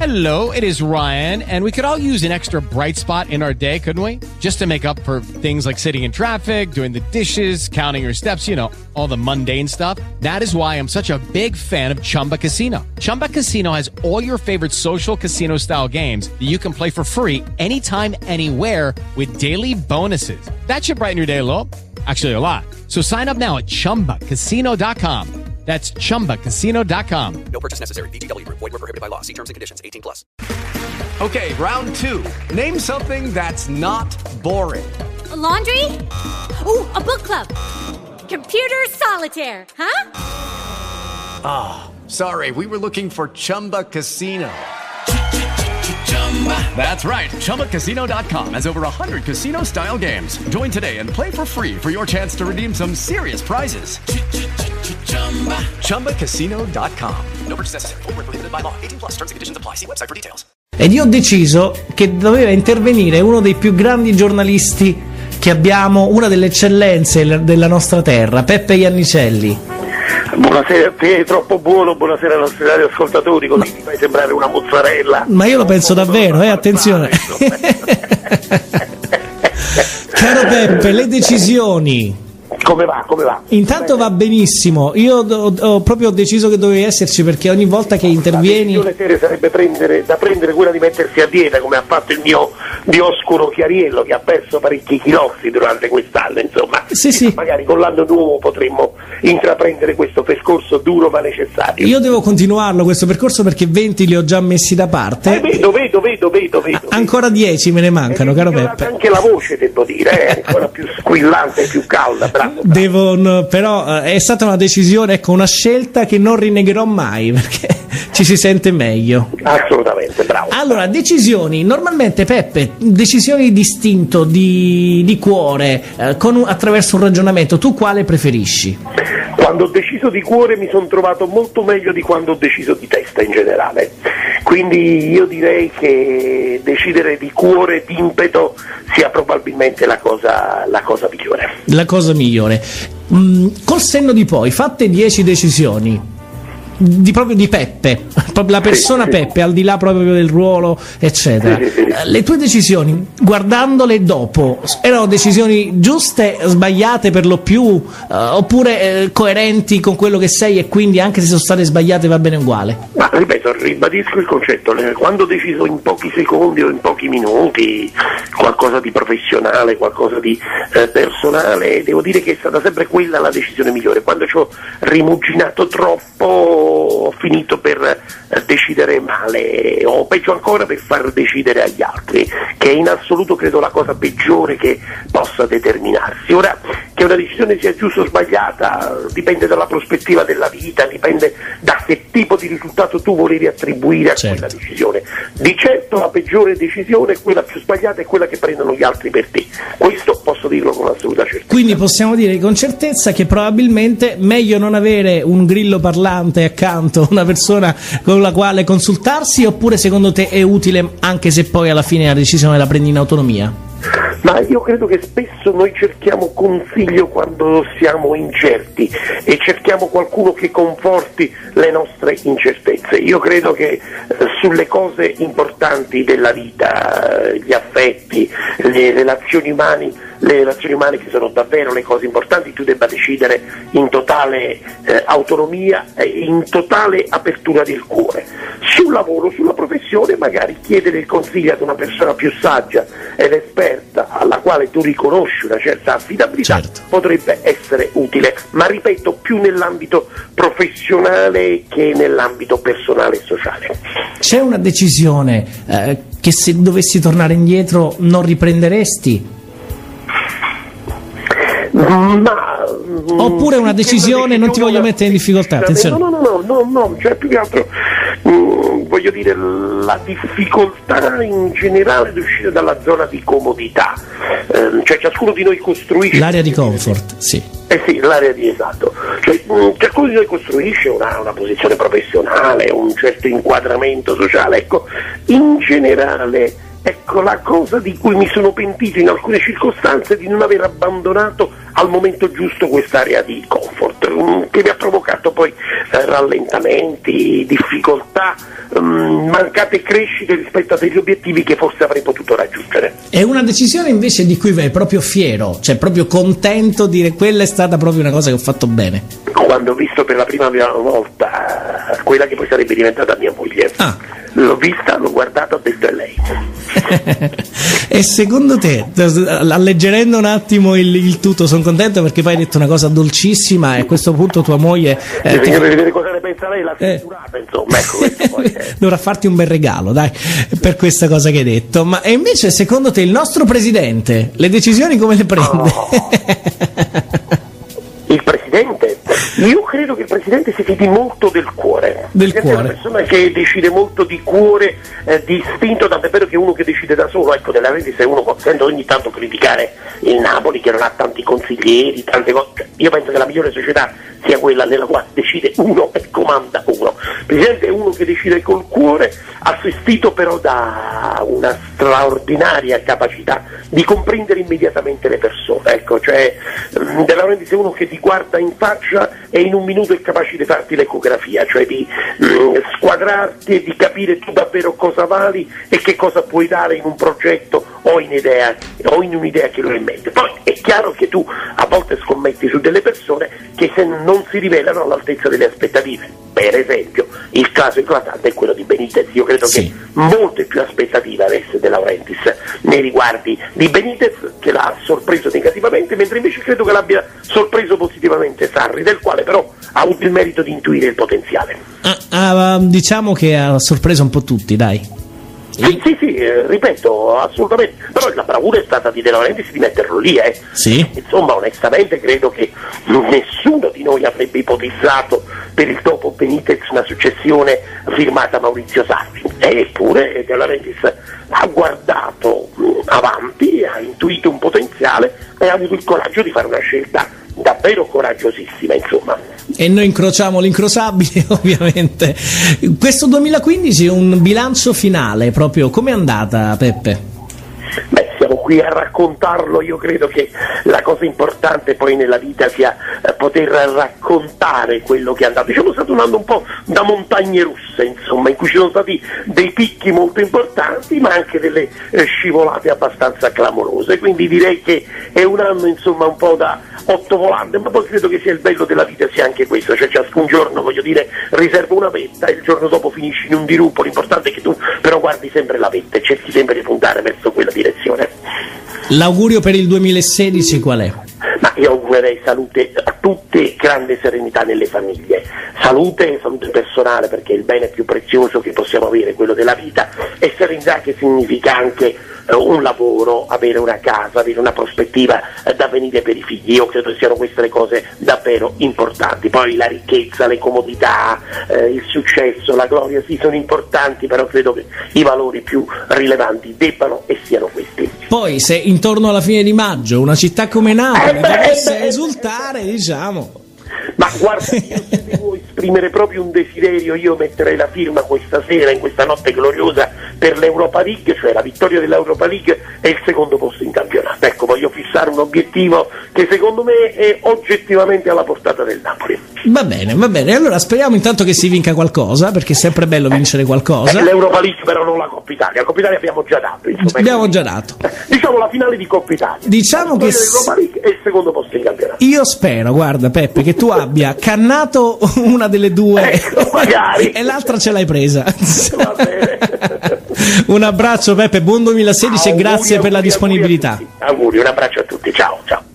Hello, it is Ryan, and we could all use an extra bright spot in our day, couldn't we? Just to make up for things like sitting in traffic, doing the dishes, counting your steps, you know, all the mundane stuff. That is why I'm such a big fan of Chumba Casino. Chumba Casino has all your favorite social casino-style games that you can play for free anytime, anywhere with daily bonuses. That should brighten your day a little. Actually, a lot. So sign up now at ChumbaCasino.com. That's ChumbaCasino.com. No purchase necessary. VGW Group. Void where prohibited by law. See terms and conditions. 18+. Okay, round two. Name something that's not boring. A laundry? Ooh, a book club. Computer solitaire, huh? Ah, sorry. We were looking for Chumba Casino. That's right. ChumbaCasino.com has over 100 casino-style games. Join today and play for free for your chance to redeem some serious prizes. ChumbaCasino.com. No purchase necessary. Void where prohibited by law. 18+. Terms and conditions apply. See website for details. Ed io ho deciso che doveva intervenire uno dei più grandi giornalisti che abbiamo, una delle eccellenze della nostra terra, Peppe Iannicelli. Buonasera a te, troppo buono, buonasera ai nostri radioascoltatori, così ti fai sembrare una mozzarella. Ma io lo penso davvero, attenzione. Caro Peppe, le decisioni. Come va? Intanto va benissimo. Io ho proprio deciso che dovevi esserci, perché ogni volta che intervieni. La decisione seria sarebbe prendere quella di mettersi a dieta, come ha fatto il mio Dioscuro Chiariello, che ha perso parecchi chilozzi durante quest'anno, insomma. Sì. Magari con l'anno nuovo potremmo intraprendere questo percorso duro ma necessario. Io devo continuarlo questo percorso, perché 20 li ho già messi da parte. Vedo. Ancora 10 me ne mancano, caro Peppe. Anche la voce, devo dire, è ancora più squillante e più calda, bravo. Però è stata una decisione, ecco, una scelta che non rinnegherò mai, perché ci si sente meglio. Assolutamente, bravo. Allora, decisioni, normalmente Peppe, decisioni d'istinto, di cuore, attraverso un ragionamento, tu quale preferisci? Quando ho deciso di cuore mi sono trovato molto meglio di quando ho deciso di testa in generale, quindi io direi che decidere di cuore, di impeto, sia probabilmente la cosa migliore. La cosa migliore. Col senno di poi, fatte 10 decisioni proprio di Peppe, proprio la persona, sì. Peppe, al di là proprio del ruolo, eccetera. Sì. Le tue decisioni, guardandole dopo, erano decisioni giuste, sbagliate per lo più, oppure coerenti con quello che sei, e quindi anche se sono state sbagliate va bene uguale? Ma ripeto, ribadisco il concetto, quando ho deciso in pochi secondi o in pochi minuti qualcosa di professionale, qualcosa di personale, devo dire che è stata sempre quella la decisione migliore. Quando ci ho rimuginato troppo ho finito per decidere male, o peggio ancora per far decidere agli altri, che è in assoluto credo la cosa peggiore che possa determinarsi. Ora, che una decisione sia giusta o sbagliata dipende dalla prospettiva della vita, dipende da che tipo di risultato tu volevi attribuire a quella decisione. Di certo la peggiore decisione, quella più sbagliata, è quella che prendono gli altri per te. Questo posso dirlo con assoluta certezza. Quindi possiamo dire con certezza che probabilmente meglio non avere un grillo parlante accanto, una persona con la quale consultarsi, oppure secondo te è utile anche se poi alla fine la decisione la prendi in autonomia? Ma io credo che spesso noi cerchiamo consiglio quando siamo incerti e cerchiamo qualcuno che conforti le nostre incertezze. Io credo che sulle cose importanti della vita, gli affetti, le relazioni umane che sono davvero le cose importanti, tu debba decidere in totale autonomia e in totale apertura del cuore. Sul lavoro, sulla professione, magari chiedere il consiglio ad una persona più saggia ed esperta, alla quale tu riconosci una certa affidabilità, potrebbe essere utile, ma ripeto, più nell'ambito professionale che nell'ambito personale e sociale. C'è una decisione che se dovessi tornare indietro non riprenderesti? Oppure una decisione, non ti voglio mettere in difficoltà, attenzione. No, cioè più che altro voglio dire la difficoltà in generale di uscire dalla zona di comodità, cioè ciascuno di noi costruisce l'area di comfort, sì. Sì, l'area di esatto, cioè, ciascuno di noi costruisce una posizione professionale, un certo inquadramento sociale, ecco, in generale. Ecco, la cosa di cui mi sono pentito in alcune circostanze è di non aver abbandonato al momento giusto quest'area di comfort. che mi ha provocato poi rallentamenti, difficoltà, mancate crescite rispetto a degli obiettivi che forse avrei potuto raggiungere. È una decisione invece di cui vai proprio fiero, cioè proprio contento, dire quella è stata proprio una cosa che ho fatto bene. Quando ho visto per la prima volta quella che poi sarebbe diventata mia moglie, l'ho vista, l'ho guardata, ho detto è lei. E secondo te, alleggerendo un attimo il tutto, sono contento perché poi hai detto una cosa dolcissima e a questo punto tua moglie bisogna vedere cosa ne pensa lei, l'ha censurata, insomma, ecco, questo poi dovrà farti un bel regalo, dai, per questa cosa che hai detto. Ma e invece secondo te il nostro presidente le decisioni come le prende? Il presidente? Io credo che il presidente si fidi molto del cuore. È una persona che decide molto di cuore, di istinto, tant'è vero che uno che decide da solo, ecco, della Rete, se uno sento ogni tanto criticare il Napoli che non ha tanti consiglieri, tante cose, io penso che la migliore società sia quella nella quale decide uno e comanda uno. Il presidente è uno che decide col cuore, assistito però da una straordinaria capacità di comprendere immediatamente le persone, ecco, cioè De Laurentiis è uno che ti guarda in faccia e in un minuto è capace di farti l'ecografia, cioè di squadrarti e di capire tu davvero cosa vali e che cosa puoi dare in un progetto o in un'idea che lo hai in mente. Poi è chiaro che tu a volte scommetti su delle persone che se non si rivelano all'altezza delle aspettative. Per esempio, il caso eclatante è quello di Benitez. Io credo che molte più aspettative avesse De Laurentiis nei riguardi di Benitez, che l'ha sorpreso negativamente, mentre invece credo che l'abbia sorpreso positivamente Sarri, del quale però ha avuto il merito di intuire il potenziale. Diciamo che ha sorpreso un po' tutti, dai. Sì, ripeto, assolutamente, però la bravura è stata di De Laurentiis di metterlo lì, Sì. Insomma, onestamente credo che nessuno di noi avrebbe ipotizzato per il dopo Benitez una successione firmata Maurizio Sarri, eppure De Laurentiis ha guardato avanti, ha intuito un potenziale e ha avuto il coraggio di fare una scelta davvero coraggiosissima, insomma. E noi incrociamo l'incrociabile, ovviamente. Questo 2015 è un bilancio finale, proprio com'è andata, Peppe? Beh, siamo qui a raccontarlo. Io credo che la cosa importante poi nella vita sia poter raccontare quello che è andato. Diciamo, è stato un anno un po' da montagne russe, insomma, in cui ci sono stati dei picchi molto importanti ma anche delle scivolate abbastanza clamorose, quindi direi che è un anno, insomma, un po' da otto volante, ma poi credo che sia il bello della vita sia anche questo, cioè ciascun giorno, voglio dire, riserva una vetta e il giorno dopo finisci in un dirupo. L'importante è che tu però guardi sempre la vetta e cerchi sempre di puntare verso quella direzione. L'augurio per il 2016 qual è? Ma io augurerei salute a tutti, grande serenità nelle famiglie, salute personale, perché è il bene più prezioso che possiamo avere, quello della vita, e serenità che significa anche un lavoro, avere una casa, avere una prospettiva d'avvenire per i figli. Io credo che siano queste le cose davvero importanti. Poi la ricchezza, le comodità, il successo, la gloria sì sono importanti, però credo che i valori più rilevanti debbano e siano questi. Poi se intorno alla fine di maggio una città come Napoli dovesse esultare, diciamo. Ma guarda, io se devo esprimere proprio un desiderio, io metterei la firma questa sera, in questa notte gloriosa, per l'Europa League, cioè la vittoria dell'Europa League e il secondo posto in campionato. Ecco, voglio fissare un obiettivo che secondo me è oggettivamente alla portata del Napoli. Va bene, allora speriamo intanto che si vinca qualcosa, perché è sempre bello vincere qualcosa. L'Europa League però non la Coppa Italia, la Coppa Italia abbiamo già dato. Insomma, abbiamo già dato. Diciamo la finale di Coppa Italia. Diciamo che l'Europa League e il secondo posto in campionato. Io spero, guarda Peppe, che tu abbia cannato una delle due, ecco, magari. E l'altra ce l'hai presa. Va bene. Un abbraccio Peppe, buon 2016 e grazie per la disponibilità. Auguri, un abbraccio a tutti, ciao.